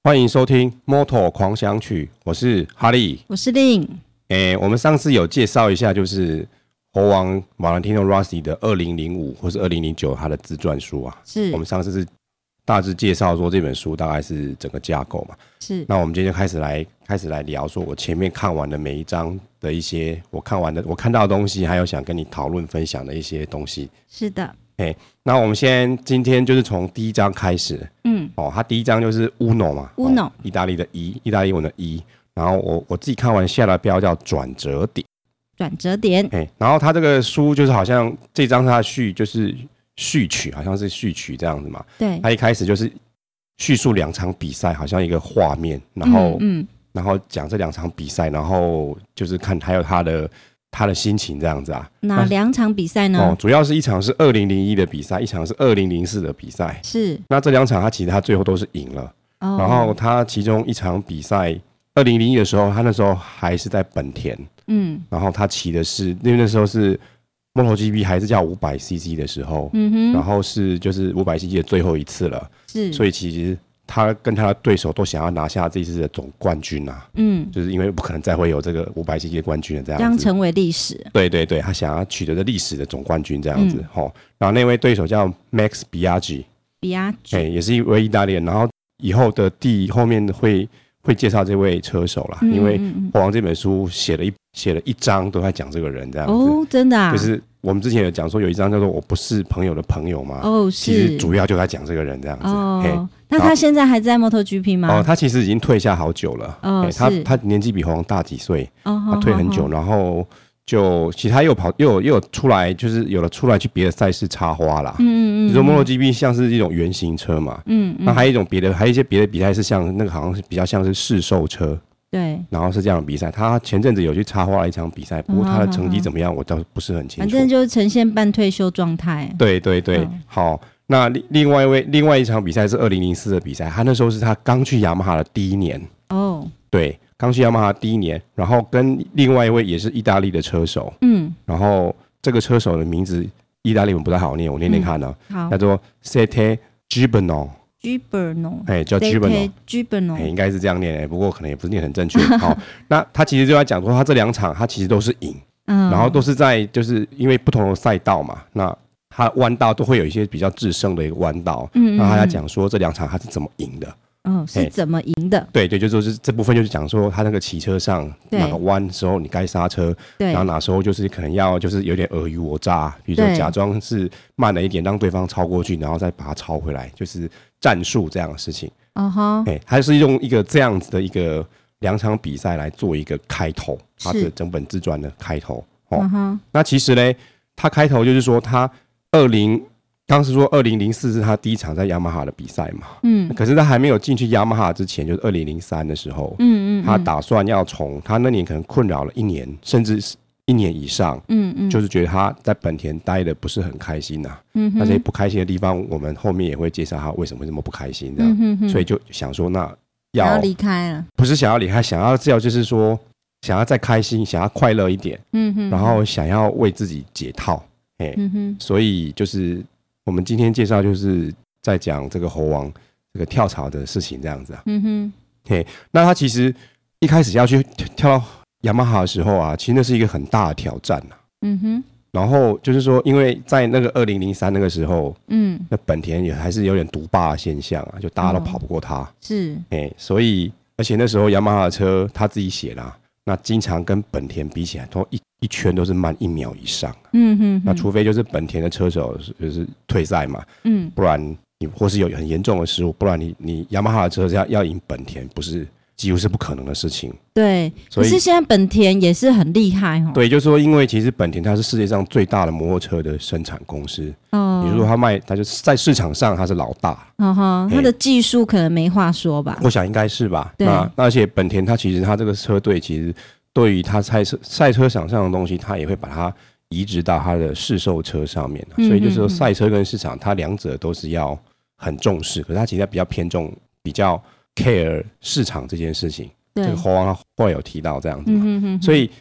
欢迎收听《Moto 狂想曲》，我是哈利， 我是令。 我们上次有介绍一下，就是猴王 Valentino Rossi 的2005或是2009他的自传书啊。 是我们上次是大致介绍说这本书大概是整个架构嘛。 是。 那我们今天就开始来聊，说我前面看完的每一章的一些我看到的东西，还有想跟你讨论分享的一些东西。 是的。 那我们今天就是从第一章开始。它第一章就是 Uno 嘛 ，Uno， 意大利的意大利文的一。然后我自己看完下的标叫转折点。 转折点。 然后他这个书就是好像这章他就是序曲，好像是序曲这样子嘛。 对。 他一开始就是叙述两场比赛，好像一个画面，然后讲这两场比赛，然后就是看还有他的心情这样子啊。 哪两场比赛呢？ 主要是一场是2001的比赛，一场是2004的比赛。 是。 那这两场他其实他最后都是赢了。然后他其中一场比赛2001的时候，他那时候还是在本田。然后他骑的是，因为那时候是 MotoGP 还是叫 500cc 的时候。然后是就是 500cc 的最后一次了。是。所以其实他跟他的对手都想要拿下这一次的总冠军啊。就是因为不可能再会有这个 500cc 的冠军的这样子， 将成为历史。 对对对，他想要取得的历史的总冠军这样子。然后那位对手叫 Max Biaggi， 也是一位意大利人。然后以后的后面会介绍这位车手啦。因为猴王这本书写了一章都在讲这个人这样子。 哦，真的啊？ 就是我们之前有讲说有一章叫做我不是朋友的朋友嘛。是。其实主要就在讲这个人这样子。 那他现在还在 MotoGP 吗？ 他其实已经退下好久了。他年纪比猴王大几岁。他退很久。然后就其实他又有出来，就是有了出来去别的赛事插花啦。比如说 MotoGP 像是一种原型车嘛。那还有一些别的比赛是像那个好像是比较像是试售车。对。然后是这样的比赛，他前阵子有去插花了一场比赛，不过他的成绩怎么样我倒不是很清楚。 反正就是呈现半退休状态。 对对对。好，那另外一场比赛是2004的比赛，他那时候是他刚去雅马哈的第一年。对，刚去雅马哈第一年，然后跟另外一位也是意大利的车手。然后这个车手的名字意大利文不太好念，我念念看呢。叫做 Sette Gibernau。叫 Gibernau， 应该是这样念。不过可能也不是念很正确。好，那他其实就在讲说，他这两场他其实都是赢。然后都是在就是因为不同的赛道嘛，那他弯道都会有一些比较制胜的一个弯道。然后他在讲说这两场他是怎么赢的。 是怎么赢的？ 对对，就是这部分就是讲说他那个骑车上哪个弯的时候你该刹车，然后哪时候就是可能要就是有点尔虞我诈，比如说假装是慢了一点让对方超过去，然后再把它超回来，就是战术这样的事情。他是用一个这样子的一个两场比赛来做一个开头，他的整本自传的开头。那其实呢，他开头就是说他当时说2004是他第一场在雅马哈的比赛嘛。可是他还没有进去雅马哈之前，就是2003的时候。他打算要从他那年可能困扰了1年，甚至是1年以上。就是觉得他在本田待的不是很开心啊。那些不开心的地方，我们后面也会介绍他为什么这么不开心这样。所以就想说，那要离开了， 不是想要离开，想要就是说想要再开心，想要快乐一点。然后想要为自己解套。所以就是我们今天介绍就是在讲这个猴王这个跳槽的事情这样子啊。那他其实一开始要去跳到雅马哈的时候啊，其实那是一个很大的挑战啊。然后就是说，因为在那个2003那个时候，那本田也还是有点独霸的现象啊，就大家都跑不过他。是。所以而且那时候雅马哈的车他自己写啦，那经常跟本田比起来，都一圈都是慢1秒以上。那除非就是本田的车手就是退赛嘛。不然你或是有很严重的失误，不然你雅马哈的车要赢本田，几乎是不可能的事情。对。可是现在本田也是很厉害。 对，就是说因为其实本田它是世界上最大的摩托车的生产公司。比如说它就在市场上它是老大。 它的技术可能没话说吧。 我想应该是吧。那而且本田它其实它这个车队其实对于它赛车场上的东西，它也会把它移植到它的试售车上面。所以就是说赛车跟市场它两者都是要很重视，可是它其实比较偏重比较 care 市场这件事情。这个猴王他后来有提到这样子嘛。所以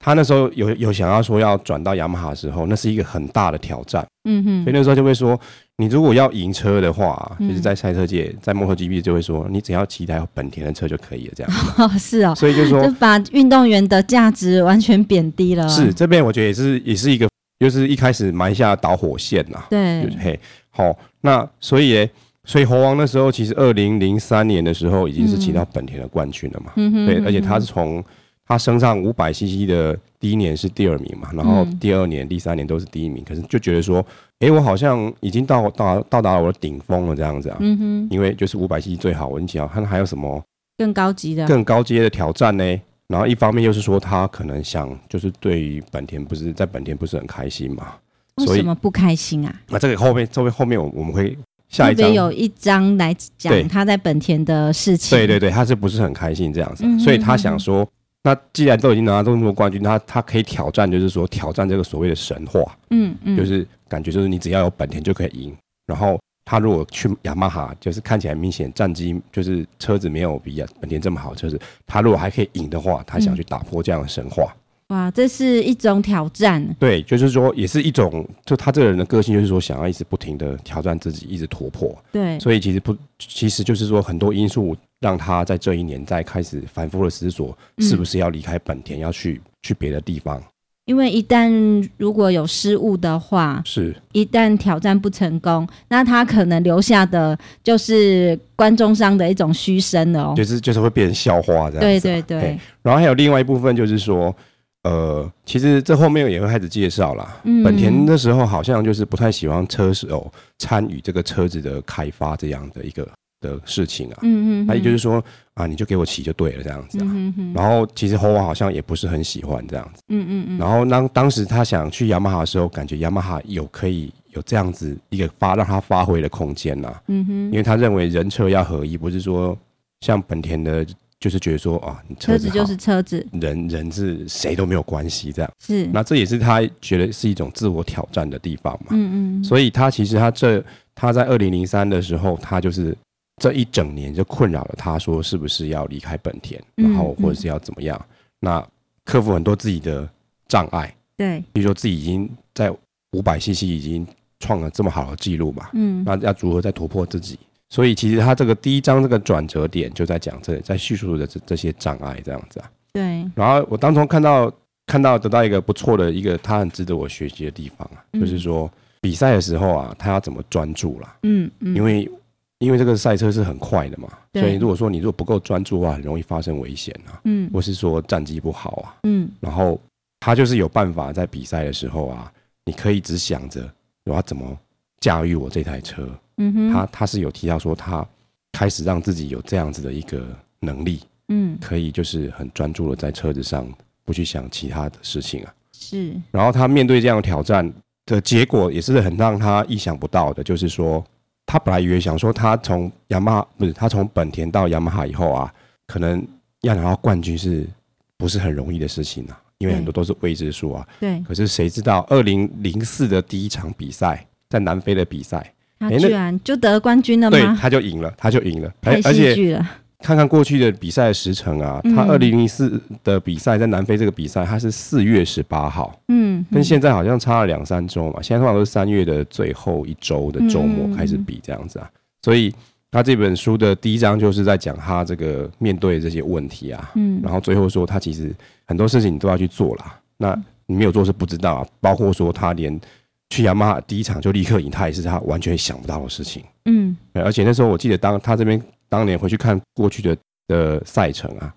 他那时候有想要说要转到雅马哈的时候，那是一个很大的挑战。所以那时候就会说，你如果要赢车的话，就是在赛车界，在MotoGP 就会说，你只要骑台本田的车就可以了，这样。 是哦， 所以就说， 就把运动员的价值完全贬低了。 是这边我觉得也是一个，就是一开始埋下导火线呐。 对， 嘿，好，那所以猴王那时候其实2003年的时候已经是骑到本田的冠军了嘛。对，而且他是从他升上500cc 的第一年是第2名嘛，然后第2年、第3年都是第1名，可是就觉得说，我好像已经到达了我的顶峰了这样子啊。因为就是500cc最好，我已经骑到，看还有什么更高阶的挑战呢？然后一方面又是说他可能想就是对于本田在本田不是很开心嘛。 为什么不开心啊？ 那这个后面我们会下一章特别有一章来讲他在本田的事情。 对对对，他是不是很开心这样子所以他想说，那既然都已经拿到这么多冠军，他可以挑战，就是说挑战这个所谓的神话。就是感觉就是你只要有本田就可以赢。然后他如果去雅马哈，就是看起来明显战绩就是车子没有比本田这么好的车子，他如果还可以赢的话，他想去打破这样的神话。 哇，这是一种挑战。 对，就是说也是一种，就他这个人的个性就是说想要一直不停的挑战自己，一直突破。 对， 所以其实就是说很多因素让他在这一年再开始反复的思索，是不是要离开本田，要去别的地方。 因为一旦如果有失误的话，一旦挑战不成功，那他可能留下的就是观众上的一种嘘声了哦， 就是会变成笑话这样子。 对对对。 然后还有另外一部分就是说，其实这后面也会开始介绍啦。本田那时候好像就是不太喜欢车手参与这个车子的开发这样的一个的事情啊。那也就是说啊，你就给我骑就对了这样子啊。然后其实猴王好像也不是很喜欢这样子。然后当时他想去雅马哈的时候，感觉雅马哈可以有这样子一个让他发挥的空间啊。因为他认为人车要合一，不是说像本田的。就是觉得说啊， 车子就是车子， 人是谁都没有关系这样。 是， 那这也是他觉得是一种自我挑战的地方嘛。所以他其实他在2003的时候，他就是这一整年就困扰了他，说是不是要离开本田，然后或者是要怎么样？那克服很多自己的障碍。 对， 比如说自己已经在500cc 已经创了这么好的记录嘛。那要如何再突破自己？所以其实他这个第一章这个转折点就在讲在叙述的这些障碍这样子啊。 对。然后我当中看到得到一个不错的一个他很值得我学习的地方啊，就是说比赛的时候啊，他要怎么专注啦。因为这个赛车是很快的嘛，所以如果不够专注的话，很容易发生危险啊。或是说战绩不好啊。然后他就是有办法在比赛的时候啊，你可以只想着我要怎么驾驭我这台车。他是有提到说他开始让自己有这样子的一个能力，可以就是很专注的在车子上，不去想其他的事情啊。 是。 然后他面对这样的挑战的结果也是很让他意想不到的，就是说他本来以为想说他从本田到雅马哈以后啊，可能要拿到冠军是不是很容易的事情啊？因为很多都是未知数啊。 对。 可是谁知道2004的第一场比赛，在南非的比赛。 他居然就得冠军了吗？ 对，他就赢了。 太戏剧了。 看看过去的比赛时程啊，他2004的比赛在南非这个比赛，他是4月18号，跟现在好像差了2-3周嘛。现在通常都是3月的最后一周的周末开始比这样子啊。所以他这本书的第一章就是在讲他这个面对这些问题啊，然后最后说他其实很多事情你都要去做啦，那你没有做是不知道啊，包括说他连去雅马哈第一场就立刻赢，他也是他完全想不到的事情。而且那时候我记得他这边当年回去看过去的赛程啊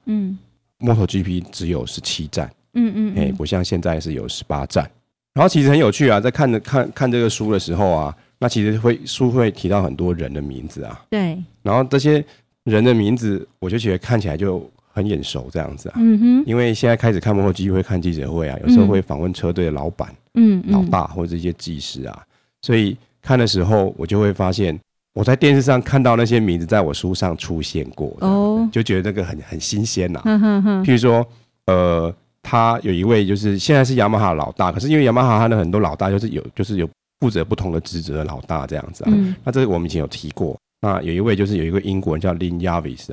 ，MotoGP 只有17站，不像现在是有18站。然后其实很有趣啊，在看这个书的时候啊，那其实书会提到很多人的名字啊。 对。 然后这些人的名字，我就觉得看起来就很眼熟这样子啊。因为现在开始看MotoGP会看记者会啊，有时候会访问车队的老板。老大或者一些技师啊，所以看的时候我就会发现，我在电视上看到那些名字在我书上出现过，就觉得那个很新鲜呐。譬如说，他有一位就是现在是雅马哈老大，可是因为雅马哈他的很多老大就是有负责不同的职责的老大这样子啊。那这个我们以前有提过。那有一位英国人叫 Lin Yavis 啊，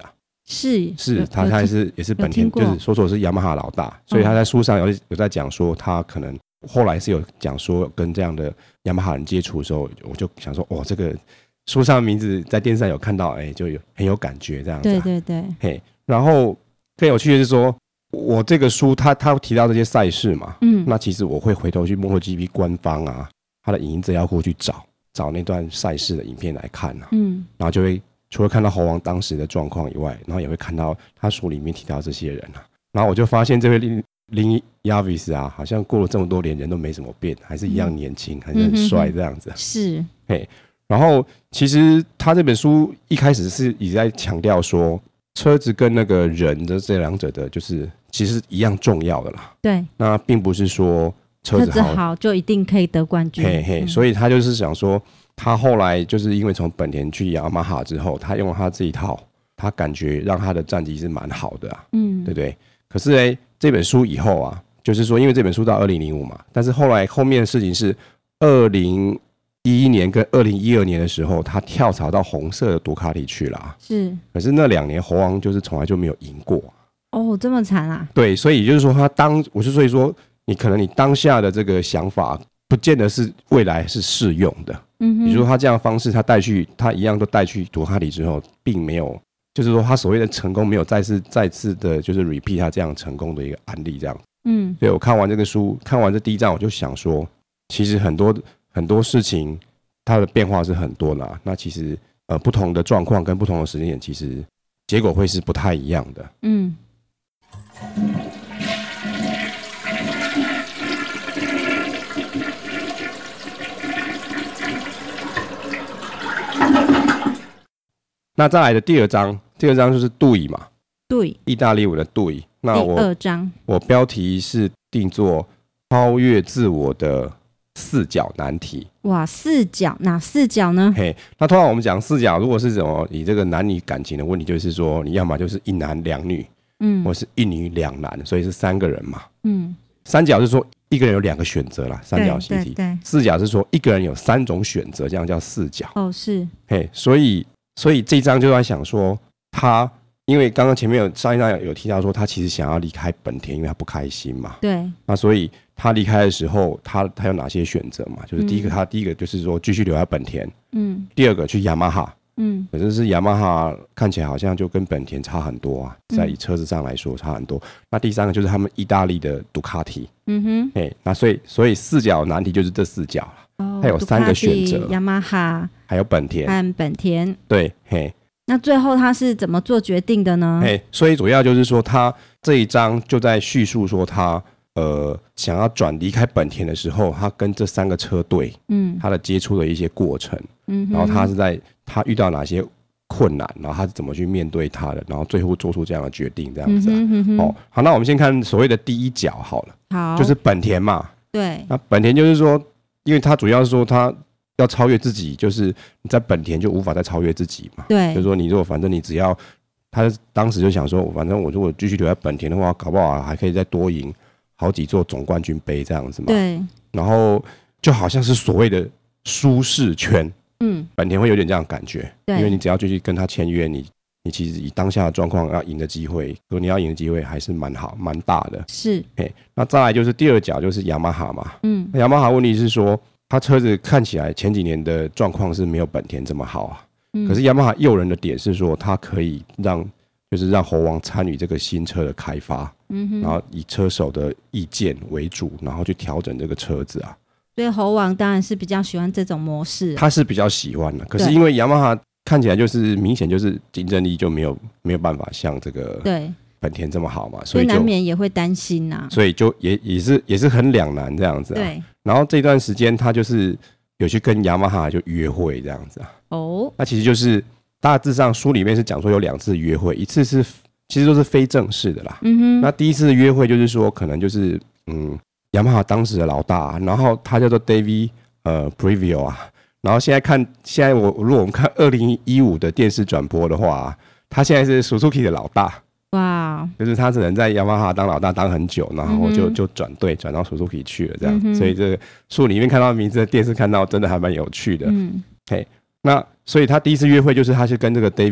是他也是本田，就是说是雅马哈老大，所以他在书上有在讲说他可能后来是有讲说跟这样的雅马哈人接触的时候，我就想说这个书上的名字在电视上有看到，就很有感觉这样子。对，然后更有趣的是说，我这个书他提到这些赛事嘛，那其实我会回头去 MotoGP 官方啊，他的影音资料库去找那段赛事的影片来看啊，然后就会除了看到猴王当时的状况以外，然后也会看到他书里面提到这些人啊，然后我就发现这位林亚维斯啊，好像过了这么多年人都没什么变，还是一样年轻，还是很帅这样子。 是， 然后其实他这本书一开始是一直在强调说，车子跟那个人的这两者的，就是其实一样重要的啦。对，那并不是说车子好就一定可以得冠军。 所以他就是想说，他后来就是因为从本田去雅马哈之后，他用了他这一套，他感觉让他的战绩是蛮好的啊，对不对？可是这本书以后啊，就是说因为这本书到2005嘛，但是后面的事情是2011年跟2012年的时候，他跳槽到红色的杜卡迪去了啊。可是那2年猴王就是从来就没有赢过。 这么惨啊？对， 所以就是说所以说你可能你当下的这个想法，不见得是未来是适用的。比如说他这样的方式，他一样都带去杜卡迪之后，并没有，就是说他所谓的成功没有再次的，就是 repeat 他这样成功的一个案例这样。所以我看完这个书，看完这第一章，我就想说，其实很多事情它的变化是很多啦。那其实不同的状况跟不同的时间点，其实结果会是不太一样的。那再来的第二章就是杜伊嘛，意大利文的杜伊。那第2章我标题是定做超越自我的4角难题。 哇，4角哪4角呢？ 那通常我们讲4角，如果是什么以这个男女感情的问题，就是说你要么就是1男2女，或是1女2男，所以是3个人嘛。3角是说一个人有2个选择啦，三角形体。4角是说一个人有3种选择，这样叫4角。 是。 所以这一章就在想说，他因为刚刚前面上一章有提到说，他其实想要离开本田，因为他不开心嘛。那所以他离开的时候，他有哪些选择嘛？就是第一个就是说继续留在本田。第二个去雅马哈。可是雅马哈看起来好像就跟本田差很多啊，在以车子上来说差很多。那第3个就是他们意大利的杜卡迪。那所以4角难题就是这4角了。它有3个选择， 雅马哈还有本田和本田。 对， 那最后他是怎么做决定的呢？ 所以主要就是说，他这一章就在叙述说他想要离开本田的时候，他跟这3个车队他的接触的一些过程，然后他遇到哪些困难，然后他是怎么去面对他的，然后最后做出这样的决定，这样子好，那我们先看所谓的第1角好了。好，就是本田嘛。对，那本田就是说，因为他主要是说他要超越自己，就是你在本田就无法再超越自己嘛。对，就是说你如果反正你只要，他当时就想说，反正我如果继续留在本田的话，搞不好还可以再多赢好几座总冠军杯这样子嘛。对，然后就好像是所谓的舒适圈。本田会有点这样的感觉，因为你只要继续跟他签约，你其实以当下的状况要赢的机会，如果你要赢的机会还是蛮大的。是，那再来就是第2角就是雅马哈嘛。雅马哈问题是说，他车子看起来前几年的状况是没有本田这么好啊。可是雅马哈诱人的点是说，它可以让猴王参与这个新车的开发，然后以车手的意见为主，然后去调整这个车子啊。 所以猴王当然是比较喜欢这种模式， 他是比较喜欢的。可是因为雅马哈看起来就是明显就是竞争力就没有办法像这个本田这么好嘛， 所以难免也会担心啊。 所以就也是很两难这样子啊。对。然后这段时间他就是有去跟雅马哈就约会这样子啊。那其实就是大致上书里面是讲说有2次约会，一次是其实都是非正式的啦。那第一次的约会就是说可能就是雅马哈当时的老大，然后他叫做 David Previo 啊。然后现在如果我们看2015的电视转播的话，他现在是 Suzuki 的老大。哇！就是他只能在雅马哈当老大当很久，然后就转队转到 Suzuki 去了这样。所以这个书里面看到的名字，电视看到真的还蛮有趣的。那所以他第一次约会就是他是跟这个 David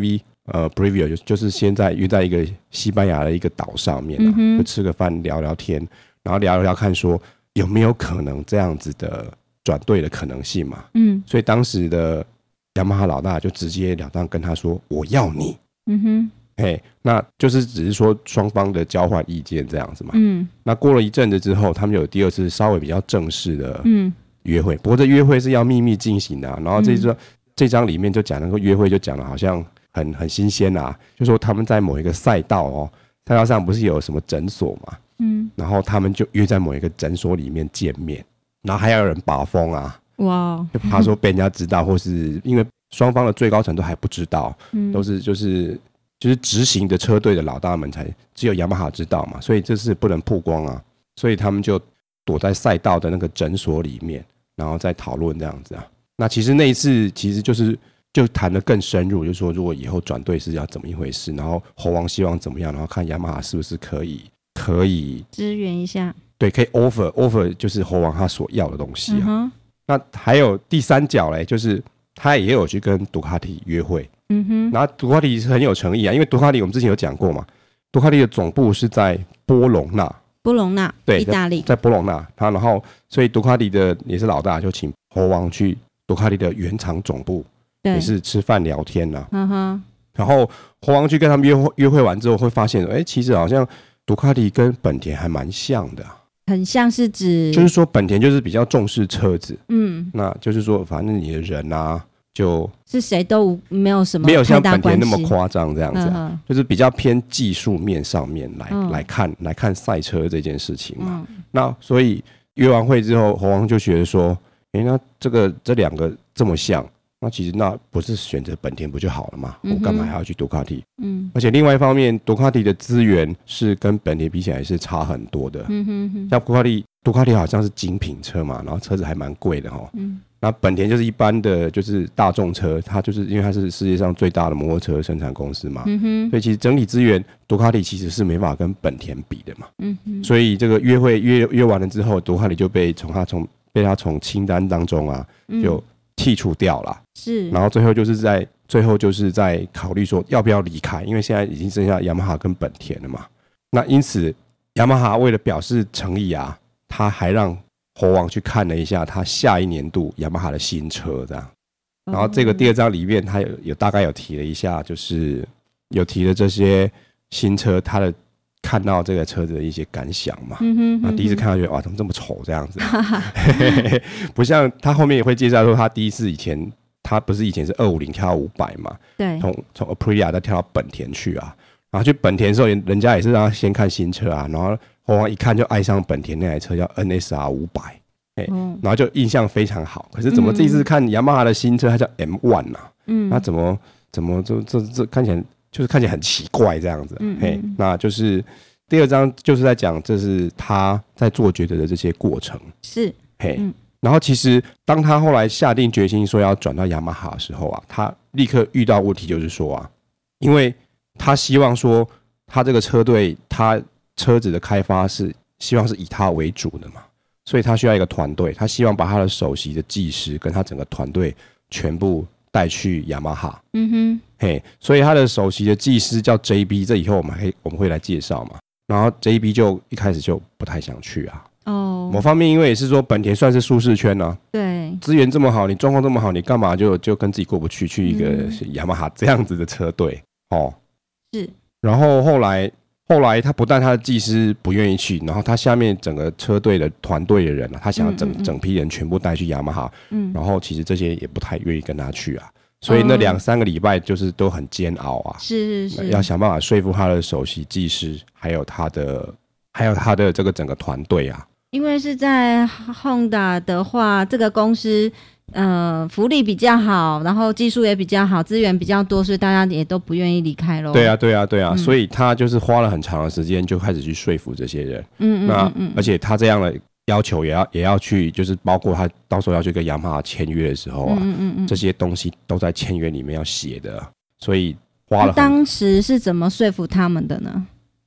Breville 就是先约在一个西班牙的一个岛上面就吃个饭聊聊天，然后聊聊看说有没有可能这样子的转队的可能性嘛。所以当时的雅马哈老大就直截了当跟他说我要你。那就是只是说双方的交换意见这样子嘛。那过了一阵子之后，他们有第二次稍微比较正式的约会，不过这约会是要秘密进行的然后这章里面就讲那个约会就讲的好像很新鲜就说他们在某一个赛道赛道上不是有什么诊所嘛，然后他们就约在某一个诊所里面见面，然后还要有人把风哇，就怕说被人家知道，或是因为双方的最高层都还不知道，都是就是执行的车队的老大们才只有雅马哈知道嘛，所以这是不能曝光所以他们就躲在赛道的那个诊所里面，然后再讨论这样子那其实那一次其实就谈得更深入，就是说如果以后转队是要怎么一回事，然后猴王希望怎么样，然后看雅马哈是不是可以支援一下， 对，可以 offer 就是猴王他所要的东西那还有第三角嘞，就是他也有去跟杜卡迪约会，然后杜卡迪是很有诚意因为杜卡迪我们之前有讲过嘛，杜卡迪的总部是在波隆纳，对， 意大利， 在波隆纳，然后所以杜卡迪的也是老大，就请猴王去杜卡迪的原厂总部，也是吃饭聊天然后猴王去跟他们约会完之后，会发现其实好像杜卡迪跟本田还蛮像的很像是指就是说本田就是比较重视车子，那就是说反正你的人就是谁都没有什么没有像本田那么夸张这样子就是比较偏技术面上面来看赛车这件事情嘛那所以约完会之后，猴王就觉得说那这两个这么像，那其实那不是选择本田不就好了嘛我干嘛还要去杜卡迪而且另外一方面杜卡迪的资源是跟本田比起来是差很多的像杜卡迪好像是精品车嘛，然后车子还蛮贵的那本田就是一般的就是大众车，它就是因为它是世界上最大的摩托车生产公司嘛所以其实整体资源杜卡迪其实是没办法跟本田比的嘛所以这个约完了之后，杜卡迪就被他从清单当中就剔除掉了是，然后最后就是在考虑说要不要离开，因为现在已经剩下雅马哈跟本田了嘛那因此雅马哈为了表示诚意他还让猴王去看了一下他下一年度雅马哈的新车这样然后这个第二章里面他大概有提了一下，就是有提了这些新车他的看到这个车子的一些感想嘛那第一次看到觉得哇怎么这么丑这样子不像他后面也会介绍说他第一次他不是以前是250跳到500嘛，对，从 Aprilia 再跳到本田去然后去本田的时候人家也是让他先看新车然后猴王一看就爱上本田那台车叫 NSR 500然后就印象非常好，可是怎么这一次看雅马哈的新车它叫 M1 那怎么这看起来很奇怪这样子那就是第二章就是在讲这是他在做抉择的这些过程是然后其实当他后来下定决心说要转到雅马哈的时候他立刻遇到问题，就是说因为他希望说他这个车队他车子的开发是希望是以他为主的嘛，所以他需要一个团队，他希望把他的首席的技师跟他整个团队全部带去雅马哈所以他的首席的技师叫 JB， 这以后我们会来介绍嘛，然后 JB 就一开始就不太想去某方面因为也是说本田算是舒适圈对，资源这么好，你状况这么好，你干嘛就跟自己过不去一个雅马哈这样子的车队是，然后后来他不但他的技师不愿意去，然后他下面整个车队的团队的人他想要整批人全部带去雅马哈然后其实这些也不太愿意跟他去所以那2-3个礼拜就是都很煎熬是要想办法说服他的首席技师还有他的这个整个团队因为是在 Honda 的话，这个公司福利比较好，然后技术也比较好，资源比较多，所以大家也都不愿意离开咯。 对啊，所以他就是花了很长的时间就开始去说服这些人而且他这样的要求也要去，就是包括他到时候要去跟雅马哈签约的时候这些东西都在签约里面要写的，所以花了当时是怎么说服他们的呢？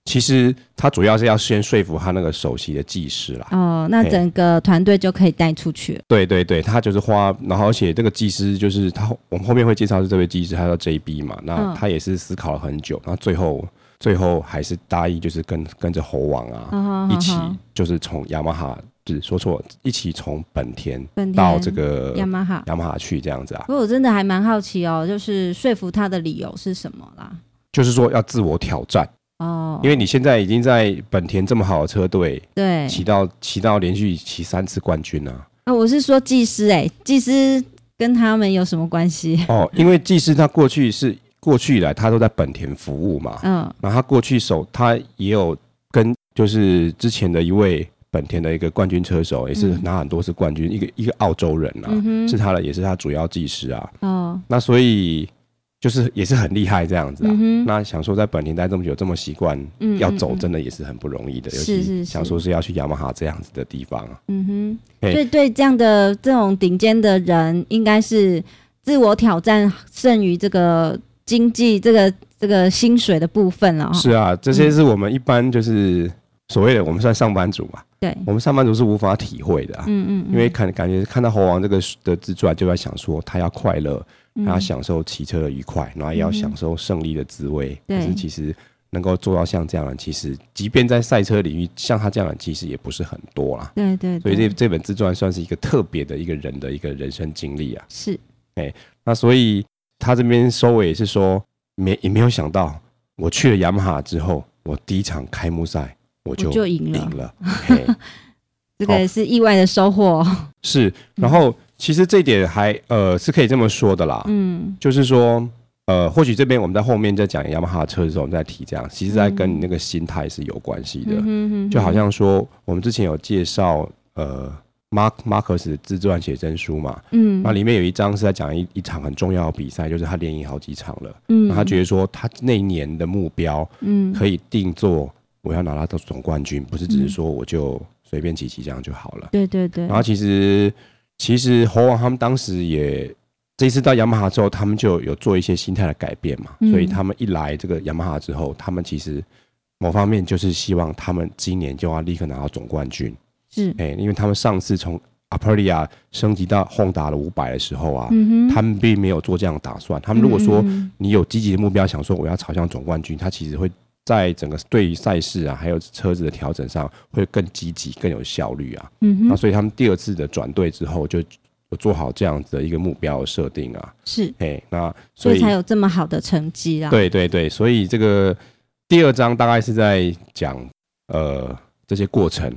其实他主要是要先说服他那个首席的技师啦。 哦，那整个团队就可以带出去了。 对对对，他就是然后而且这个技师就是我们后面会介绍是这位技师，他叫 JB 嘛，那他也是思考了很久，然后最后还是答应就是跟着猴王啊，一起就是从雅马哈。说错，一起从本田到这个雅马哈去这样子啊。 不过我真的还蛮好奇哦，就是说服他的理由是什么啦？ 就是说要自我挑战哦，因为你现在已经在本田这么好的车队，对，骑到连续骑3次冠军啊。 我是说技师技师跟他们有什么关系？ 哦，因为技师他过去以来他都在本田服务嘛，然后他过去他也有跟就是之前的一位。本田的一个冠军车手，也是拿很多次冠军，一个澳洲人啊，也是他主要技师啊。哦，那所以就是也是很厉害这样子啊。那想说在本田待这么久，这么习惯，要走真的也是很不容易的，尤其想说是要去雅马哈这样子的地方啊。 所以对这样的这种顶尖的人，应该是自我挑战胜于这个经济这个薪水的部分了。 是啊，这些是我们一般就是所谓的我们算上班族嘛。对，我们上班族是无法体会的因为感觉看到猴王这个的自传，就在想说他要快乐，他要享受骑车的愉快，然后也要享受胜利的滋味。可是其实能够做到像这样的，其实即便在赛车领域，像他这样的其实也不是很多啦。对对，所以这本自传算是一个特别的一个人的一个人生经历啊。是，那所以他这边收尾也是说，也没有想到，我去了雅马哈之后，我第一场开幕赛。我就赢了这个也是意外的收获。 是，然后其实这一点还是可以这么说的啦。就是说或许这边我们在后面在讲雅马哈车的时候，我们在提这样，其实在跟你那个心态是有关系的。就好像说我们之前有介绍马克斯的自传写真书嘛，那里面有一章是在讲一场很重要的比赛，就是他连赢好几场了。他觉得说他那一年的目标，可以定做。我要拿到总冠军，不是只是说我就随便骑这样就好了。对对对。然后其实猴王他们当时也这一次到雅马哈之后，他们就有做一些心态的改变嘛。所以他们一来这个雅马哈之后，他们其实某方面就是希望他们今年就要立刻拿到总冠军。是，因为他们上次从 Aprilia 升级到 Honda 的500的时候啊，他们并没有做这样的打算。他们如果说你有积极的目标，想说我要朝向总冠军，他其实会。在整个对于赛事啊，还有车子的调整上，会更积极、更有效率啊。那所以他们第2次的转队之后，就有做好这样子的一个目标的设定啊。是，那所以才有这么好的成绩啊。 对对对，所以这个第2章大概是在讲这些过程。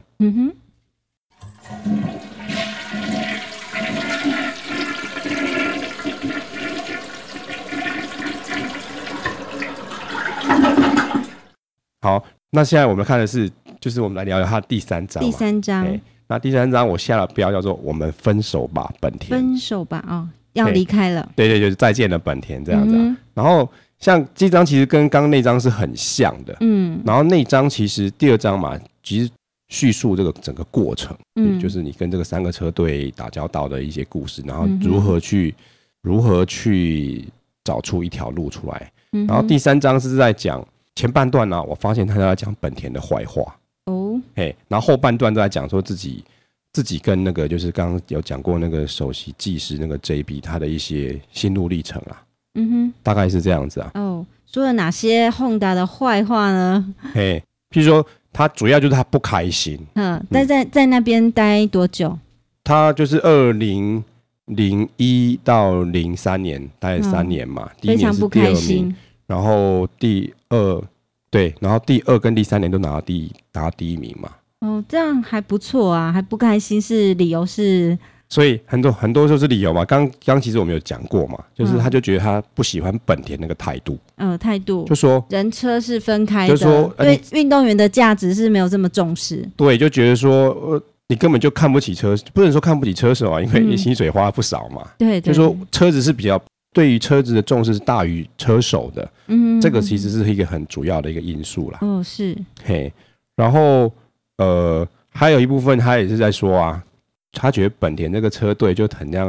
好，那现在我们看的是，就是我们来聊聊它第3章。 第3章， 那第3章我下了标叫做“我们分手吧，本田”。 分手吧，要离开了。 对对，就是再见了，本田这样子。然后像这章其实跟刚刚那章是很像的，然后那章其实第2章嘛，其实叙述这个整个过程，就是你跟这个3个车队打交道的一些故事，然后如何去找出一条路出来。然后第3章是在讲。前半段呢，我发现他在讲本田的坏话哦，然后后半段都在讲说自己跟那个就是刚刚有讲过那个首席技师那个 JB 他的一些心路历程啊，大概是这样子啊。 哦，说了哪些 Honda 的坏话呢？ 譬如说他主要就是他不开心， 在那边待多久？他就是2001到03年，大概3年嘛，第1年是第2名。然后第2跟第3年都拿到第1名嘛。 哦，这样还不错啊，还不开心是理由是？ 所以很多就是理由嘛。刚其实我们有讲过嘛，就是他就觉得他不喜欢本田那个态度。态度就说人车是分开的，就说对运动员的价值是没有这么重视。 对，就觉得说你根本就看不起车，不能说看不起车手啊，因为你薪水花不少嘛。对，就说车子是比较。对于车子的重视是大于车手的，这个其实是一个很主要的一个因素啦。是，然后还有一部分他也是在说啊，他觉得本田这个车队就很像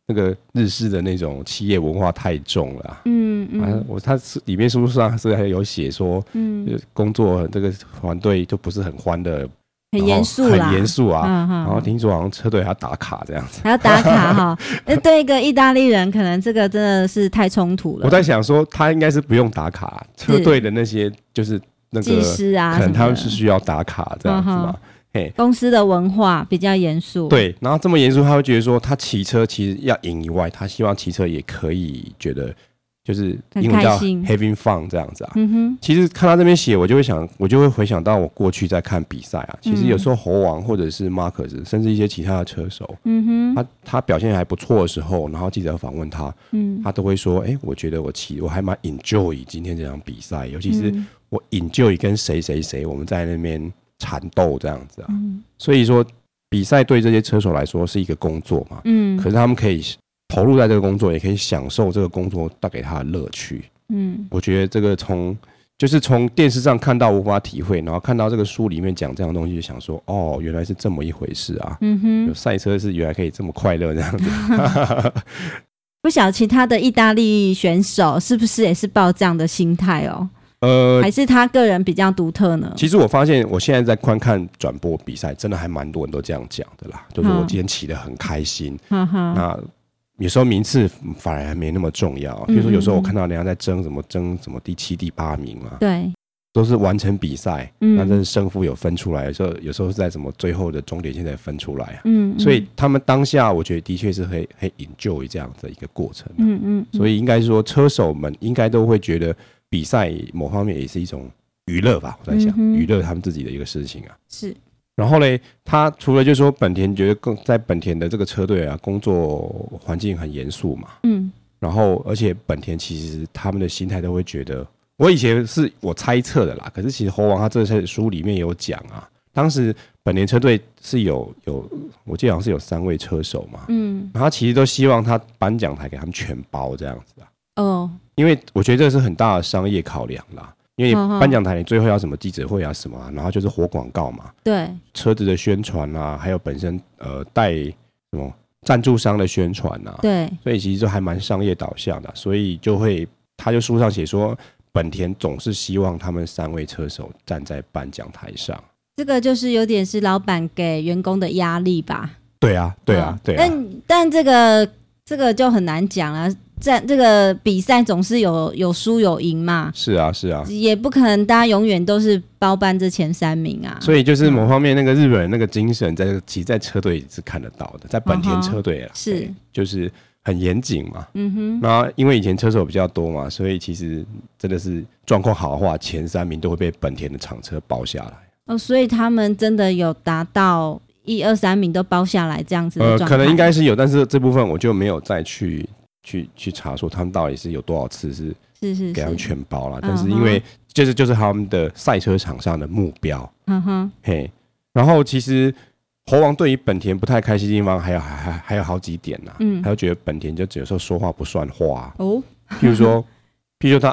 那个日式的那种企业文化太重了。他里面书上是还有写说，工作这个团队就不是很欢乐， 很严肃啦， 很严肃啊。然后听说好像车队还要打卡这样子， 还要打卡哈。对一个意大利人，可能这个真的是太冲突了。 我在想说，他应该是不用打卡，车队的那些就是那个技师啊， 可能他们是需要打卡这样子嘛。 公司的文化比较严肃， 对，然后这么严肃，他会觉得说，他骑车其实要赢以外，他希望骑车也可以觉得就是英文叫 having fun 这样子啊。其实看他这边写，我就会回想到我过去在看比赛啊。其实有时候猴王或者是 Marcus， 甚至一些其他的车手，他表现还不错的时候，然后记者访问他，他都会说，我觉得我还蛮 enjoy 今天这场比赛，尤其是我 enjoy 跟谁我们在那边缠斗这样子啊。所以说比赛对这些车手来说是一个工作嘛，可是他们可以投入在这个工作，也可以享受这个工作带给他的乐趣。我觉得这个从电视上看到无法体会，然后看到这个书里面讲这样的东西，就想说原来是这么一回事啊。有赛车是原来可以这么快乐这样子。 不晓得其他的意大利选手是不是也是抱这样的心态哦？还是他个人比较独特呢？其实我发现我现在在观看转播比赛，真的还蛮多人都这样讲的啦，就是我今天骑得很开心。那有时候名次反而还没那么重要，比如说有时候我看到人家在争什么第7、第8名嘛， 对， 都是完成比赛，那真是胜负有分出来的时候，有时候是在什么最后的终点线才分出来啊。所以他们当下我觉得的确是很 enjoy 这样的一个过程。所以应该说车手们应该都会觉得比赛某方面也是一种娱乐吧，我在想娱乐他们自己的一个事情啊。 是。 然后嘞，他除了就是说本田觉得在本田的这个车队啊，工作环境很严肃嘛，然后而且本田其实他们的心态都会觉得，我以前是我猜测的啦，可是其实猴王他这册书里面有讲啊，当时本田车队是有我记得好像是有3位车手嘛，然后他其实都希望他颁奖台给他们全包这样子啊，因为我觉得这是很大的商业考量啦。因为你颁奖台你最后要什么记者会啊什么啊，然后就是活广告嘛，对，车子的宣传啊，还有本身带什么赞助商的宣传啊，对，所以其实就还蛮商业导向的，所以他就书上写说，本田总是希望他们3位车手站在颁奖台上，这个就是有点是老板给员工的压力吧？ 对啊，对啊，对啊。 但这个就很难讲了。在这个比赛总是有输有赢嘛， 是啊是啊， 也不可能大家永远都是包办这前3名啊。 所以就是某方面那个日本人那个精神其实在车队是看得到的，在本田车队啊，是就是很严谨嘛。那因为以前车手比较多嘛，所以其实真的是状况好的话，前3名都会被本田的厂车包下来。 所以他们真的有达到1、2、3名都包下来这样子的状态。 可能应该是有，但是这部分我就没有再去查说他们到底是有多少次是给他们全包了，但是因为就是他们的赛车场上的目标，然后其实猴王对于本田不太开心的地方还有好几点呐，他就觉得本田就有时候说话不算话哦，譬如说他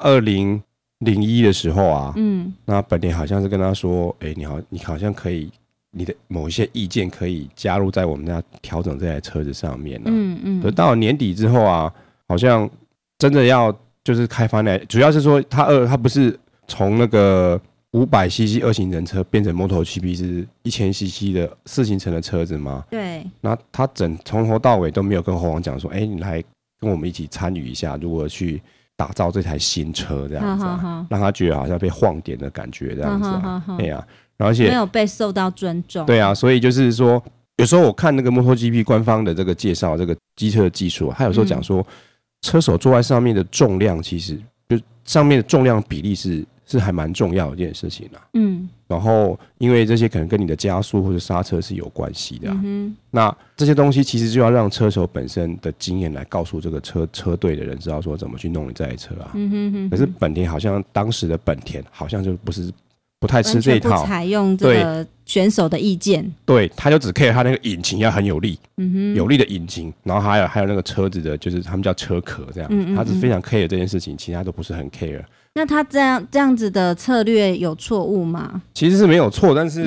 2001的时候啊，那本田好像是跟他说，你好像可以。你的某一些意见可以加入在我们要调整这台车子上面可是到了年底之后啊，好像真的要就是开发主要是说他不是从那个500cc2行人车变成 MotoGP 是1000cc 的4行程的车子吗？对。那他从头到尾都没有跟猴王讲说，你来跟我们一起参与一下，如何去打造这台新车这样子让他觉得好像被晃点的感觉这样子对啊。而且没有被受到尊重， 对啊，所以就是说，有时候我看那个 MotoGP 官方的这个介绍，这个机车的技术，他有时候讲说，车手坐在上面的重量，其实就上面的重量比例是还蛮重要的一件事情啊。然后因为这些可能跟你的加速或者刹车是有关系的那这些东西其实就要让车手本身的经验来告诉这个车队的人知道说怎么去弄你这台车啊。可是本田好像当时的本田好像就不太吃这一套， 完全不采用这个选手的意见， 对，他就只 care 他那个引擎要很有力，有力的引擎，然后还有那个车子的，就是他们叫车壳这样，他是非常 care 这件事情，其他都不是很 care。 那他这样子的策略有错误吗？ 其实是没有错，但是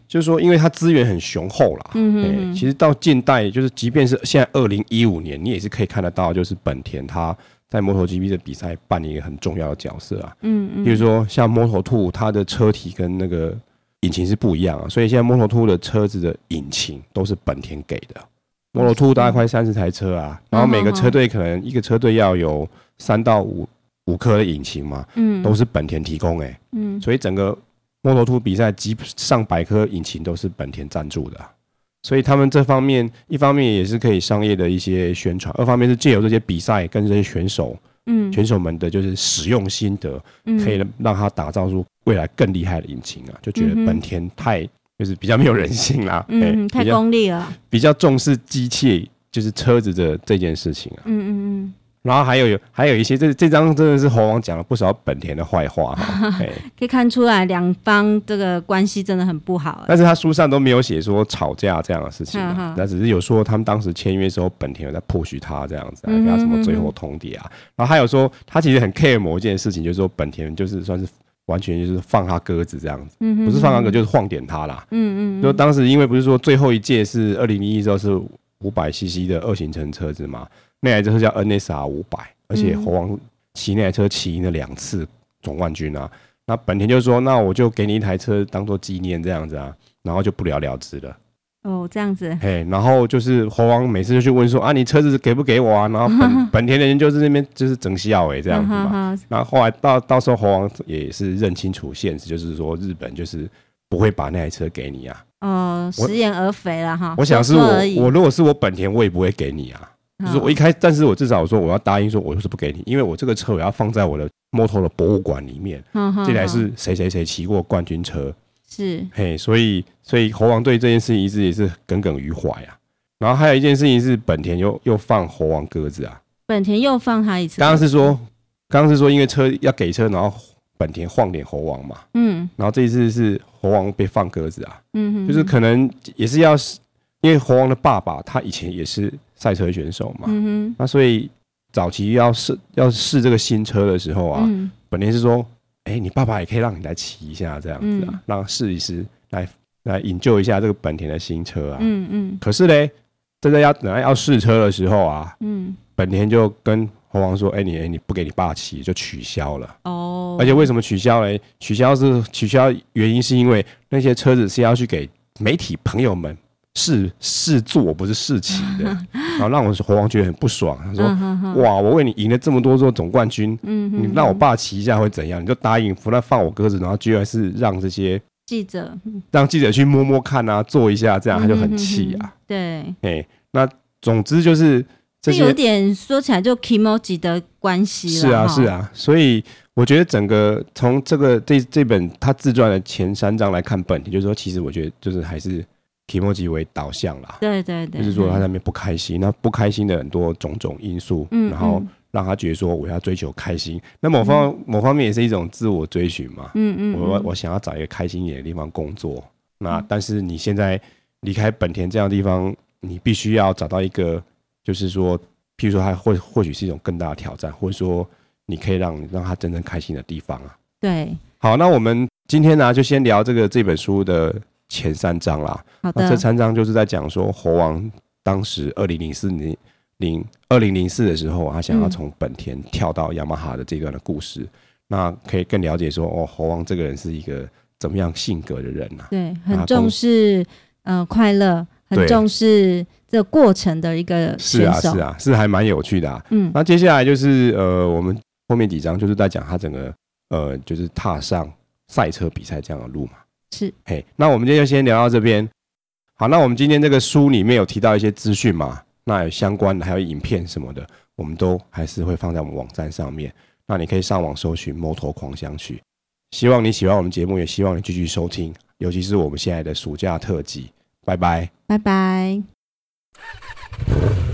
就是说，因为它资源很雄厚啦，其实到近代，就是即便是现在2015年，你也是可以看得到，就是本田它在MotoGP 的比赛扮演一个很重要的角色啊。比如说像 Moto2，它的车体跟那个引擎是不一样啊，所以现在 Moto2 的车子的引擎都是本田给的。Moto2 大概快30台车啊，然后每个车队可能一个车队要有3到5颗的引擎嘛，都是本田提供所以整个Moto2 比赛上百颗引擎都是本田赞助的，所以他们这方面一方面也是可以商业的一些宣传，二方面是借由这些比赛跟这些选手们的就是使用心得，可以让他打造出未来更厉害的引擎啊，就觉得本田就是比较没有人性啦， 太功利了， 比较重视机械就是车子的这件事情啊，然后还有一些这张真的是猴王讲了不少本田的坏话可以看出来两方这个关系真的很不好， 但是他书上都没有写说吵架这样的事情那只是有说他们当时签约的时候本田有在push他这样子给他什么最后通牒啊，然后还有说他其实很 care 某一件事情，就是说本田就是算是完全就是放他鸽子这样子，不是放他鸽就是晃点他啦，就当时因为不是说最后一届是2001之后是500cc 的2行程车子嘛，那台车叫 NSR 500，而且猴王骑那台车骑赢了2次总冠军啊，那本田就说那我就给你一台车当做纪念这样子啊，然后就不了了之了。 这样子， 然后就是猴王每次就去问说你车子给不给我啊？然后本田的人就是那边就是整笑这样子嘛。然后后来到时候猴王也是认清楚现实，就是说日本就是不会把那台车给你啊。 食言而肥了哈。 我想是我如果是我本田，我也不会给你啊。就是我但是我至少说我要答应说，我就是不给你，因为我这个车我要放在我的 Moto 的博物馆里面。这台是谁骑过冠军车。 是， 所以猴王对这件事情一直也是耿耿于怀啊。然后还有一件事情是本田又放猴王鸽子啊。 本田又放他一次。 刚刚是说因为车要给车，然后本田晃点猴王嘛。然后这一次是猴王被放鸽子啊。就是可能也是因为猴王的爸爸他以前也是赛车选手嘛。那所以早期要试这个新车的时候啊，本田是说。你爸爸也可以让你来骑一下这样子啊，让试一试，来引救一下这个本田的新车啊。可是呢，真的要试车的时候啊，本田就跟猴王说：“你不给你爸骑，就取消了。”而且为什么取消呢？取消原因是因为那些车子是要去给媒体朋友们试坐，不是试骑的，然后让我猴王觉得很不爽。他说：“哇，我为你赢了这么多座总冠军，你让我爸骑一下会怎样？你就答应不然放我鸽子，然后居然是让这些记者去摸摸看啊，坐一下，这样他就很气啊。 对， 那总之就是这些有点说起来就 kimoji 的关系了。 是啊，所以我觉得整个从这本他自传的前3章来看本田，就是说其实我觉得就是还是。Kimoji 为导向啦， 对， 就是说他在那边不开心，那不开心的很多种因素，然后让他觉得说我要追求开心，那某方面也是一种自我追寻嘛，我想要找一个开心一点的地方工作，那但是你现在离开本田这样的地方，你必须要找到一个，就是说，譬如说他或许是一种更大的挑战，或者说你可以让他真正开心的地方啊。 对， 好，那我们今天呢就先聊这本书的。前3章啦， 好的， 那这3章就是在讲说猴王当时2004的时候，他想要从本田跳到雅马哈的这段的故事，那可以更了解说猴王这个人是一个怎么样性格的人啊？ 对，很重视快乐，很重视这个过程的一个选手， 是还蛮有趣的啊。那接下来就是我们后面几章就是在讲他整个就是踏上赛车比赛这样的路嘛。 是， 那我们今天就先聊到这边。好，那我们今天这个书里面有提到一些资讯嘛，那有相关的还有影片什么的，我们都还是会放在我们网站上面。那你可以上网搜寻Moto狂想曲。希望你喜欢我们节目，也希望你继续收听，尤其是我们现在的暑假特辑。拜拜， 拜拜。